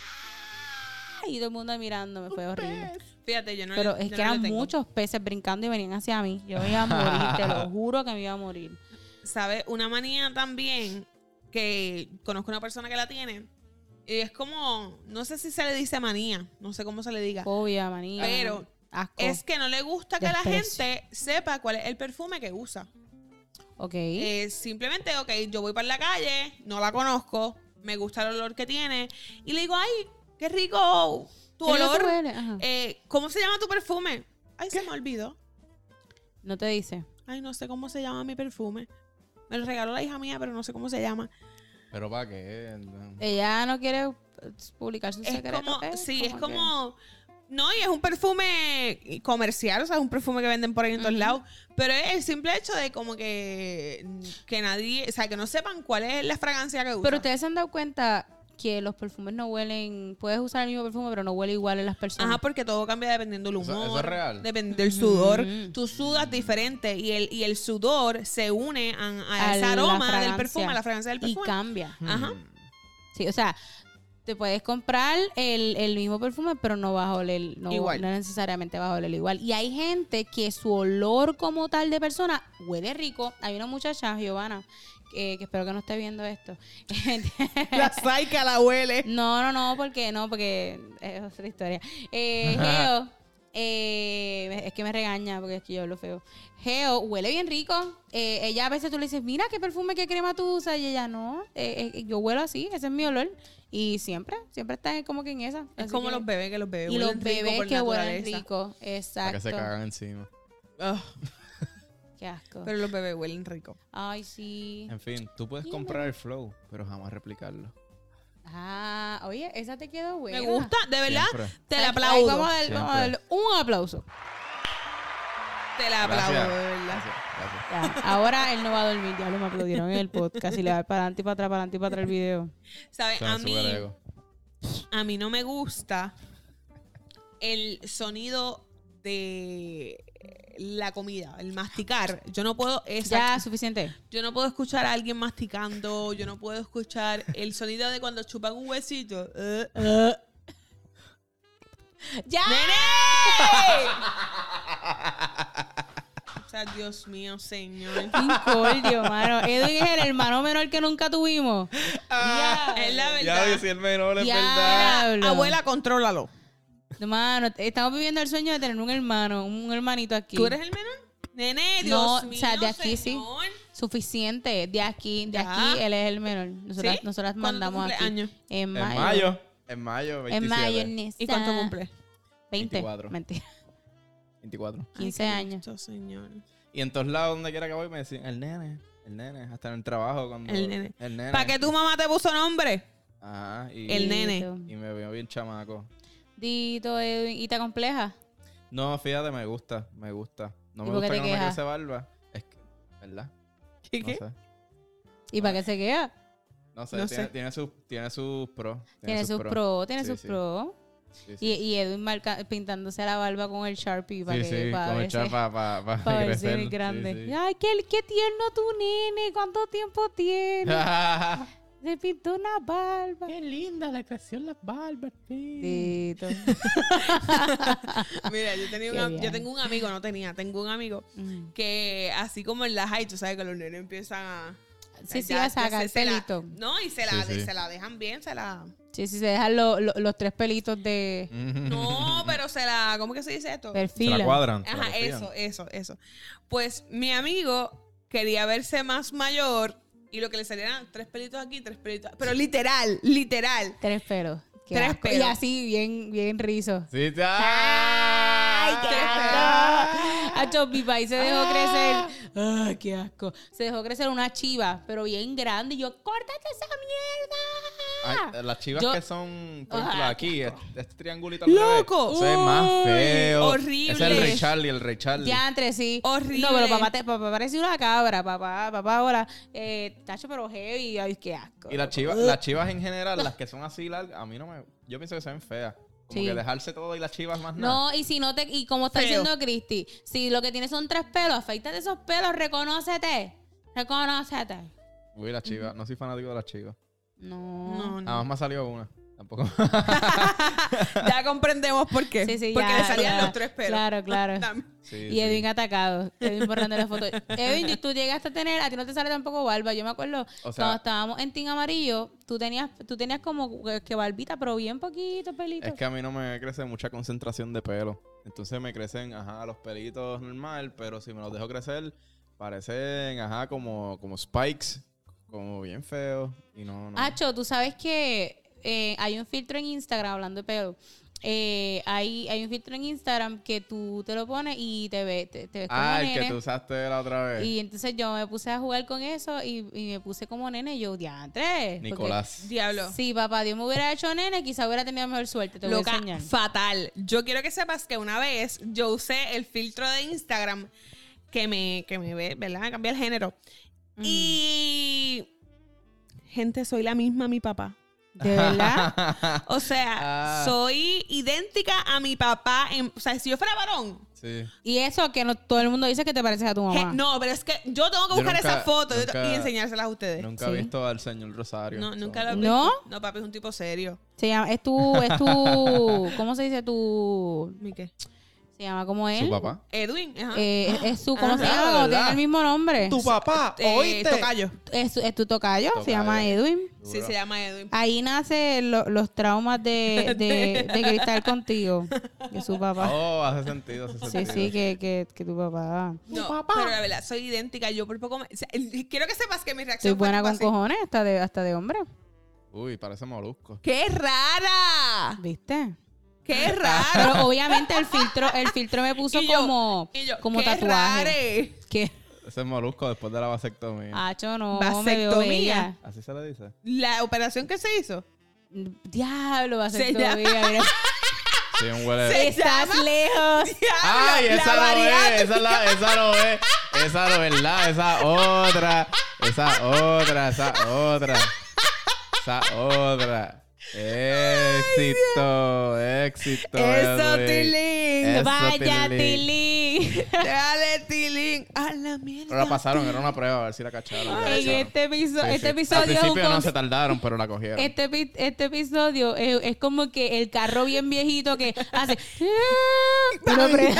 ¡ah! Y todo el mundo mirándome. Fue horrible. Fíjate, yo no Pero le- es yo que no le eran tengo. muchos peces brincando y venían hacia mí. Yo me iba a morir, te lo juro que me iba a morir. ¿Sabes? Una manía también que conozco una persona que la tiene. Y es como, no sé si se le dice manía, no sé cómo se le diga. Fobia, manía. Pero asco. Es que no le gusta que la Desprecio. gente sepa cuál es el perfume que usa. Ok. Eh, simplemente, ok, yo voy para la calle, no la conozco, me gusta el olor que tiene. Y le digo, ay, qué rico tu ¿Qué rico olor. huele? Ajá. Eh, ¿Cómo se llama tu perfume? Ay, se me olvidó. No te dice. Ay, no sé cómo se llama mi perfume. Me lo regaló la hija mía, pero no sé cómo se llama. Pero ¿para qué? Ella no quiere eh, publicar su Es secreto. como, ¿eh? sí, es que- como... No, y es un perfume comercial, o sea, es un perfume que venden por ahí en todos Ujú. lados. Pero es el simple hecho de como que, que nadie, o sea, que no sepan cuál es la fragancia que usa. Pero ustedes se han dado cuenta que los perfumes no huelen. Puedes usar el mismo perfume, pero no huele igual en las personas. Ajá, porque todo cambia dependiendo del ¿Eso- humor. eso es real? Depende del sudor. Ujú. Tú sudas diferente y el, y el sudor se une a, a A ese la aroma del fragancia. perfume, a la fragancia del y perfume. cambia. Ajá. Sí, o sea, te puedes comprar el, el mismo perfume, pero no vas a oler, no, Igual. no necesariamente vas a oler igual. Y hay gente que su olor como tal de persona huele rico. Hay una muchacha, Giovanna, que, que espero que no esté viendo esto. La saica la huele. No, no, no, porque no, porque es otra historia. Eh, Geo, eh, es que me regaña porque es que yo hablo feo. Geo huele bien rico. Eh, ella a veces tú le dices, mira qué perfume, qué crema tú usas. Y ella no, eh, eh, yo huelo así, ese es mi olor. Y siempre, siempre está como que en esa. Es Así como que- los bebés, que los bebés Y los huelen rico bebés por que huelen naturaleza. rico. Para Exacto. que se cagan encima. Ugh, Qué asco. pero los bebés huelen rico. Ay, sí. En fin, tú puedes Sí, comprar el flow, pero jamás replicarlo. Ah, oye, esa te quedó buena. Me gusta, de verdad, Siempre. te Ay, la ay, aplaudo. Vamos a, dar- vamos a darle un aplauso. Te Te la aplaudo, Gracias. de verdad. Gracias, gracias. Ya, ahora él no va a dormir. Ya lo me aplaudieron en el podcast y le va para adelante y para atrás, para adelante y para atrás el video. ¿Sabes? Suena A mí, súper ego. a mí no me gusta el sonido de la comida, el masticar. Yo no puedo... Ya, suficiente. Yo no puedo escuchar a alguien masticando. Yo no puedo escuchar el sonido de cuando chupan un huesito. Uh, uh. ¡Ya! ¡Nene! O sea, Dios mío, señor. Incordio, mano. Edwin es el hermano menor que nunca tuvimos. Ya, es la Ya, verdad. yo soy el menor, es Ya. verdad. Diablo. Abuela, contrólalo. Mano, estamos viviendo el sueño de tener un hermano, un hermanito aquí. ¿Tú eres el menor? Nene, Dios No, mío, o sea, de aquí señor. sí. Suficiente. De aquí, de Ya. aquí, él es el menor. Nosotras, ¿Sí? nosotras ¿Cuándo tu mandamos aquí. cumpleaños? En En mayo. mayo. En mayo, En veintisiete. mayo, Nisa. ¿Y cuánto cumple? veinte. veinticuatro. Mentira. veinticuatro. quince Ay, qué años. gusto, señor. Y en todos lados, donde quiera que voy, me decían, el nene, el nene. Hasta en el trabajo cuando... El nene. El nene. ¿Para qué tu mamá te puso nombre? Ajá. Y, El nene. Y me veo bien chamaco. Dito, Edwin. ¿Y te compleja? No, fíjate, me gusta, me gusta. No ¿Y me por qué gusta te que no me quejas? crece barba. Es que, ¿verdad? ¿Qué No qué? sé. ¿Y para qué se queda? No sé, No tiene, sé. tiene sus tiene sus pros. Tiene sus pros, tiene Sí, sus sí. pros. Sí, sí. Y, y Edwin marca, pintándose la barba con el Sharpie para sí, que sí, para con el verse, char para pa, pa, para verse crecer. el grande. Sí, sí. Ay, qué, qué tierno tu nene. ¿Cuánto tiempo tiene? Se pintó una barba. Qué linda le creció las barbas, tío. Dito. Mira, yo, tenía Qué un am- bien. yo tengo un amigo, no tenía, tengo un amigo Mm. que así como en la high, tú sabes que los nenes empiezan a... Sí, sí, ya- a ya sacar se- se la- pelito. No, y se la, Sí, sí. se la dejan bien, se la... Sí, sí, se dejan lo- lo- los tres pelitos de No, pero se la... ¿Cómo que se dice esto? Se perfil. la cuadran. se la Ajá, perfillan. eso, eso, eso. Pues mi amigo quería verse más mayor y lo que le salían eran tres pelitos aquí, tres pelitos... Pero literal, literal. Tres pelos. Qué Tres asco. Y pelos. así, bien, bien rizo. Sí, sí. ¡Ay, qué ¡Ah! asco! Acho, mi país se dejó crecer. ¡Ay, qué asco! Se dejó crecer una chiva, pero bien grande. Y yo, ¡córtate esa mierda! Ay, las chivas Yo- que son, por ejemplo, Ajá. aquí, este, este triangulito al ¡Loco! revés, Eso es más Uy, feo. horrible. Ese es el Rey Charlie, el Rey Charlie. Diantre, sí. Horrible. No, pero papá, te, papá parece una cabra. Papá, papá ahora, eh, tacho, pero heavy. Ay, qué asco. Y las chivas, las chivas en general, las que son así largas, a mí no me... Yo pienso que se ven feas. Como Sí. que dejarse todo y las chivas más nada. No, y si no te, y como está Feo. diciendo Cristi, si lo que tienes son tres pelos, afeítate esos pelos, reconócete. Reconócete. Uy, las chivas. No soy fanático de las chivas. No. No, Nada más me ha salido una. Tampoco. Ya comprendemos por qué. Sí, sí, Porque ya, le salían ya. los tres pelos. Claro, claro. Dame. Sí, Y sí. Edwin atacado. Edwin borrando la foto. Edwin, tú llegaste a tener, a ti no te sale tampoco barba. Yo me acuerdo, O sea- cuando estábamos en Team Amarillo, tú tenías, tú tenías como que barbita, pero bien poquito pelito. Es que a mí no me crece mucha concentración de pelo. Entonces me crecen, ajá, los pelitos normal, pero si me los dejo crecer, parecen, ajá, como, como spikes, como bien feos. Y no, no. Acho, tú sabes que eh, hay un filtro en Instagram, hablando de pelo. Eh, hay, hay un filtro en Instagram que tú te lo pones y te, ve, te, te ves como Ah, el nene. que tú usaste la otra vez. Y entonces yo me puse a jugar con eso y, y me puse como nene. Y yo, diantre. porque Nicolás. Diablo. Si papá Dios me hubiera hecho nene, quizá hubiera tenido mejor suerte. Te voy Loca, a enseñar. fatal. Yo quiero que sepas que una vez yo usé el filtro de Instagram que me, que me ve, ¿verdad? Me cambia el género. Mm. Y... Gente, soy la misma a mi papá. ¿De verdad? O sea, Ah. soy idéntica a mi papá. En, o sea, si yo fuera varón... Sí. Y eso que no, todo el mundo dice que te pareces a tu mamá. Je- no, pero es que yo tengo que Yo buscar nunca- esa foto nunca- y enseñárselas a ustedes. Nunca Sí. he visto al señor Rosario. No, so- nunca lo he ¿No? visto. No, papi, es un tipo serio. Se llama, es tu, es tu, ¿cómo se dice tu? ¿Mi qué? Se llama como él. ¿Su papá? Edwin, ajá. Eh, es, es su, ¿cómo se Ajá, llama? Cuando ¿verdad? tiene el mismo nombre. Tu papá, Eh, ¿oíste? tocayo. Es, es tu tocayo, se Tocayo. llama Edwin. Sí, Duro. se llama Edwin. Ahí nacen lo- los traumas de, de, de Cristal contigo. Que su papá. Oh, hace sentido, hace Sí, sentido. sí, que, que, que tu papá. No, papá. pero la verdad, soy idéntica. Yo por poco me... o sea, el- quiero que sepas que mi reacción Soy buena fue con tipo así. cojones, hasta de, hasta de hombre. Uy, parece molusco. ¡Qué rara! ¿Viste? ¡Qué raro! Pero obviamente el filtro, el filtro me puso Y yo- como, y yo, como ¡qué tatuaje. rare! Que, Ese es molusco después de la vasectomía. hacho, no, me veo Vasectomía. bella. ¿Así se le dice? La operación que se hizo. Diablo, va a ser Se llama- todavía. Mira. Sí, un huele. Estás llama- lejos. Ay, La esa no es, bariátrica. esa, la, esa no es, esa no es la, esa otra, esa otra, esa otra, esa otra. Éxito, éxito. Eso, Edwin. Tilín. Eso, Vaya, Tilín. Tilín. Dale, Tilín. A la mierda. Pero la pasaron, era una prueba, a ver si la cacharon. la En cacharon. este, episo- Sí, este sí. Al episodio es un principio no con- se tardaron, pero la cogieron. Este, epi- este episodio es, es como que el carro bien viejito que hace. y, lo pre-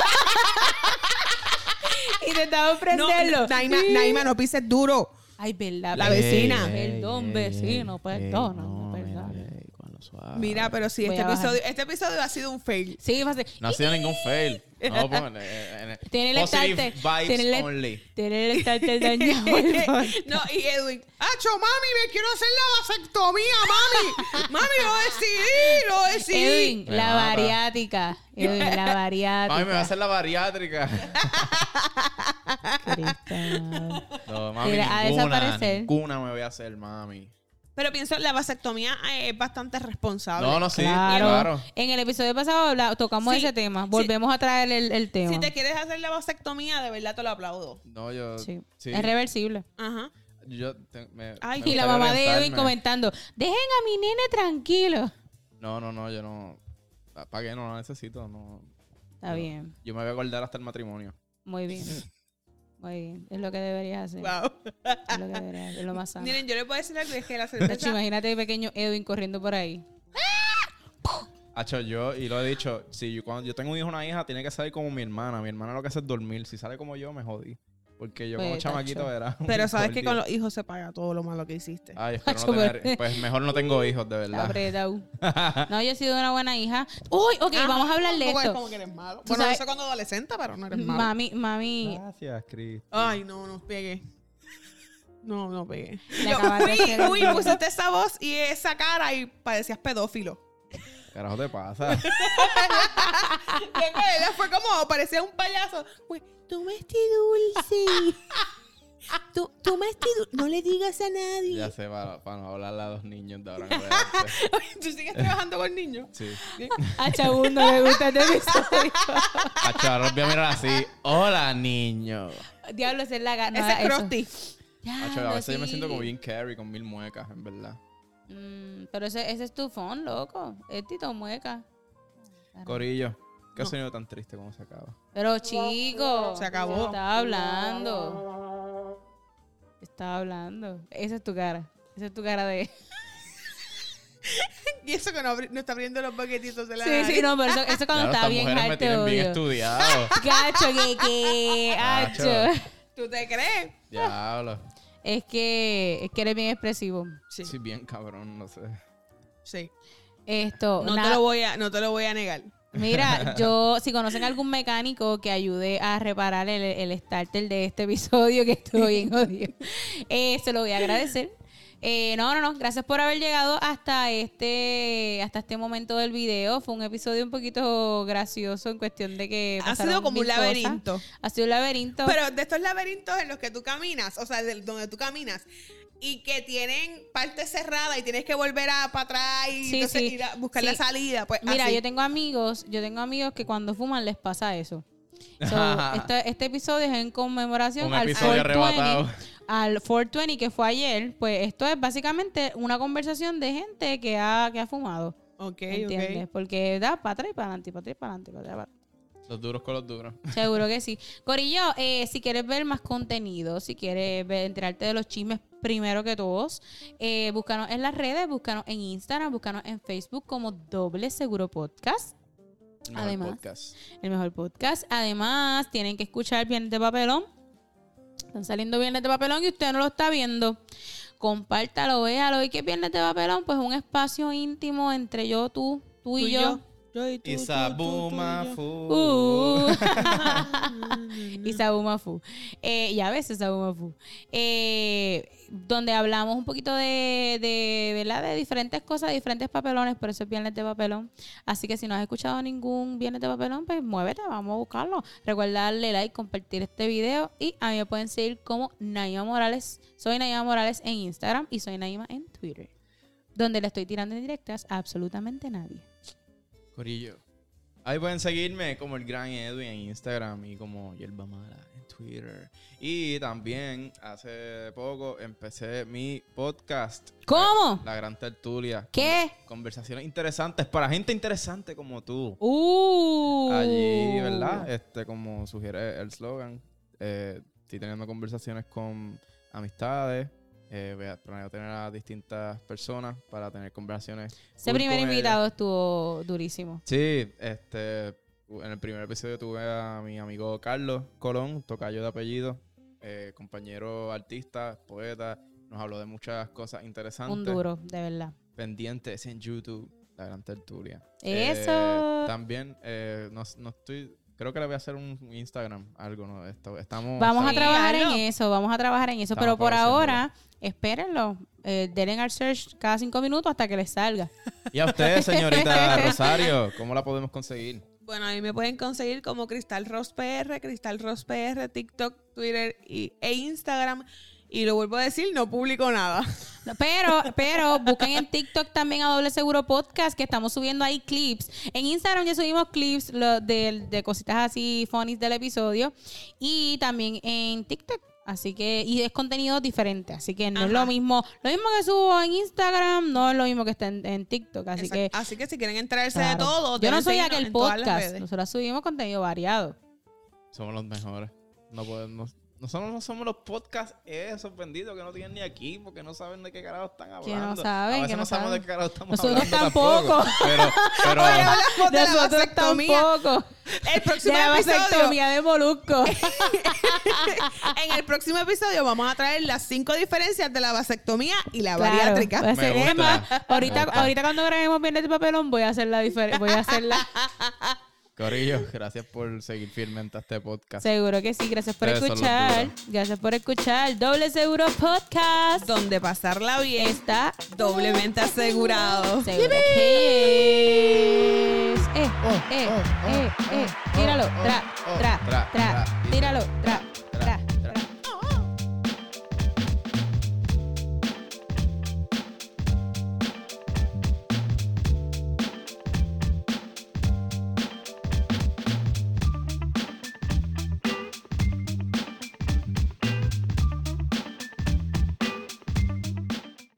y intentamos No, prenderlo. Naima, Naima, no pises duro. Ay, verdad. La perdón. vecina. Perdón, vecino, perdona. no, perdona. mira, ey, con lo suave. Mira, pero sí, Voy este a bajar. episodio, este episodio ha sido un fail. Sí, va a ser. No ha sido ningún fail. No, pues, en- en- Tiene el positive starter. vibes Tiene el, only. tiene el starter dañado. el podcast. No, y Edwin, ¡Acho, mami, me quiero hacer la vasectomía, mami! ¡Mami, lo decidí, lo decidí! Edwin, Me la mata. bariátrica. Edwin, la bariátrica. Mami, me va a hacer la bariátrica. Cristo. No, mami, Mira, a ninguna, desaparecer. ninguna me voy a hacer, mami. Pero pienso, la vasectomía eh, es bastante responsable. No, no, sí, Claro. claro. En el episodio pasado habla- tocamos Sí, ese tema. sí. Volvemos a traer el, el tema. Si te quieres hacer la vasectomía, de verdad te lo aplaudo. No, yo... Sí. sí. Es reversible. Ajá. Yo te- me, Ay, me Y la gustaría mamá de Edwin orientarme. comentando, dejen a mi nene tranquilo. No, no, no, yo no... ¿Para qué? No lo necesito, no. Está No. bien, Yo me voy a guardar hasta el matrimonio. muy bien. Muy bien. Es lo que deberías hacer. Wow. Es lo que deberías hacer. Es lo más sano. Miren, yo le puedo decir algo, es que la Nacho, cerveza... imagínate pequeño Edwin corriendo por ahí. Hacho, yo, y lo he dicho, si yo, cuando yo tengo un hijo o una hija, tiene que salir como mi hermana. Mi hermana lo que hace es dormir. Si sale como yo, me jodí. Porque yo como Pues, chamaquito tacho. era... un Pero sabes que con gordito. los hijos se paga todo lo malo que hiciste. Ay, espero Tacho, no tener... pero- Pues mejor no tengo hijos, de verdad. Apretado. No, yo he sido una buena hija. Uy, ok, Ajá, vamos a hablar de tampoco es esto. como que eres malo. Tú Bueno, sabes- eso cuando adolescente, pero no eres malo. Mami, mami, Gracias, Chris. Ay, no, no pegué. No, no pegué. Le Yo, acabas de uy, hacer el uy, bien. pusiste esa voz y esa cara y parecías pedófilo. ¿Qué carajo te pasa? Que él fue como, parecía un payaso. Uy, tomaste dulce. Tú, tomaste dulce. No le digas a nadie. Ya sé, para, para no hablarle a los niños de ahora en adelante. ¿Tú sigues trabajando con niños? Sí. a Chabundo me gusta este episodio. Hacho, ahora los voy a mirar así. Hola, niño. Diablo, esa es la gana. Ese es Krusty. Hacho, a veces yo me siento como bien Carrie con mil muecas, en verdad. Mm, pero ese, ese es tu phone, loco. Es Tito Mueca. Corillo, qué No. sonido tan triste como se acaba. Pero chico. Se acabó. Estaba hablando. Estaba hablando. Esa es tu cara. Esa es tu cara de... Y eso que no, abri- no está abriendo los paquetitos de la Sí, nariz. sí, no, pero eso, eso cuando Claro, estaba estas bien mujeres me alto, tienen bien odio. estudiado. Gacho, que, que, Gacho. gacho. ¿Tú te crees? Diablo. Es que, es que eres bien expresivo. Sí. Sí, bien cabrón, no sé. Sí. Esto, No na- te lo voy a, no te lo voy a negar. Mira, yo, si conocen algún mecánico que ayude a reparar el, el starter de este episodio, que estoy bien odio, eh, se lo voy a agradecer. Eh, no, no, no, gracias por haber llegado hasta este, hasta este momento del video. Fue un episodio un poquito gracioso en cuestión de que Ha pasaron sido como un mil cosas. laberinto. Ha sido un laberinto. Pero de estos laberintos en los que tú caminas, o sea, de donde tú caminas, y que tienen parte cerrada y tienes que volver a para atrás y Sí, entonces sí. ir a buscar Sí. la salida. Pues Mira, así. yo tengo amigos, yo tengo amigos que cuando fuman les pasa eso. So, este, este episodio es en conmemoración Un al episodio cuatrocientos arrebatado. veinte, al cuatrocientos veinte que fue ayer. Pues esto es básicamente una conversación de gente que ha, que ha fumado. Ok, ¿Entiendes? ok. Porque da para atrás y para adelante, para atrás y para adelante. Para atrás, para atrás. Los duros con los duros. Seguro que sí. Corillo, eh, si quieres ver más contenido, si quieres ver, enterarte de los chismes primero que todos, eh, búscanos en las redes, búscanos en Instagram, búscanos en Facebook como Doble Seguro Podcast. El mejor Además, podcast. el mejor podcast. Además, tienen que escuchar Viernes de Papelón. Están saliendo Viernes de Papelón y usted no lo está viendo. Compártalo, véalo. ¿Y qué es Viernes de Papelón? Pues un espacio íntimo entre yo, tú, tú y, Tú y yo. yo. Yo y tú, tú, Isa tú, tú y Buma yo. Fu. Uh. y Sabumafu. Eh, ya ves, Sabumafu. Eh, donde hablamos un poquito de, de, ¿verdad? De diferentes cosas, diferentes papelones, por eso es Viernes de Papelón. Así que si no has escuchado ningún Viernes de Papelón, pues muévete, vamos a buscarlo. Recuerda darle like, compartir este video y a mí me pueden seguir como Naima Morales. Soy Naima Morales en Instagram y soy Naima en Twitter, donde le estoy tirando en directas a absolutamente nadie. Corillo, Ahí pueden seguirme como el Gran Edwin en Instagram y como Yerba Mala en Twitter. Y también hace poco empecé mi podcast. ¿Cómo? La, la Gran Tertulia. ¿Qué? Conversaciones interesantes para gente interesante como tú. Uh. Allí, ¿verdad? Este, como sugiere el slogan, eh, estoy teniendo conversaciones con amistades. Eh, voy a planeo tener a distintas personas para tener conversaciones. Ese cool primer con invitado ellas. estuvo durísimo. Sí, este, en el primer episodio tuve a mi amigo Carlos Colón, tocayo de apellido, eh, compañero artista, poeta. Nos habló de muchas cosas interesantes. Un duro, de verdad. Pendientes en YouTube, La Gran Tertulia. Eso. Eh, también, eh, no, no estoy... Creo que le voy a hacer un Instagram, algo, ¿no? Esto, estamos... Vamos a Sí, trabajar hazlo. en eso, vamos a trabajar en eso. Estamos Pero por produciéndolo. ahora, espérenlo. Eh, denle al search cada cinco minutos hasta que les salga. Y a usted, señorita Rosario, ¿cómo la podemos conseguir? Bueno, a mí me pueden conseguir como Cristal Ross P R, Cristal Ross P R, TikTok, Twitter y, e Instagram. Y lo vuelvo a decir, no publico nada. No, Pero, pero busquen en TikTok también a Doble Seguro Podcast, que estamos subiendo ahí clips. En Instagram ya subimos clips lo de, de cositas así funnies del episodio. Y también en TikTok. Así que, y es contenido diferente. Así que no Ajá. es lo mismo. Lo mismo que subo en Instagram, no es lo mismo que está en, en TikTok. Así Exacto. que. Así que si quieren enterarse claro. de todo, Yo no deben soy seguirnos aquel en todas las podcast. redes. Nosotros subimos contenido variado. Somos los mejores. No podemos... Nosotros no somos los podcasts esos benditos que no tienen ni aquí porque no saben de qué carajo están hablando. Que no saben, A veces que no no sabemos saben. de qué carajo estamos Nosotros hablando tampoco. Pero, pero Hoy hablamos de la Nosotros vasectomía. tampoco. El De próximo la episodio, vasectomía de Molusco. en el próximo episodio vamos a traer las cinco diferencias de la vasectomía y la Claro, bariátrica. voy a hacer- Me es gusta, más, me ahorita, gusta. ahorita cuando grabemos Viernes de Papelón voy a hacer la diferencia. Voy a hacerla. Corillo, gracias por seguir fielmente a este podcast. Seguro que sí. Gracias por Ustedes son los escuchar. duros. Gracias por escuchar. Doble Seguro Podcast. Donde pasarla bien Está doblemente asegurado. seguro que es. Eh, eh, eh, eh. Tíralo. Tra, tra, tra. Tíralo. Tra,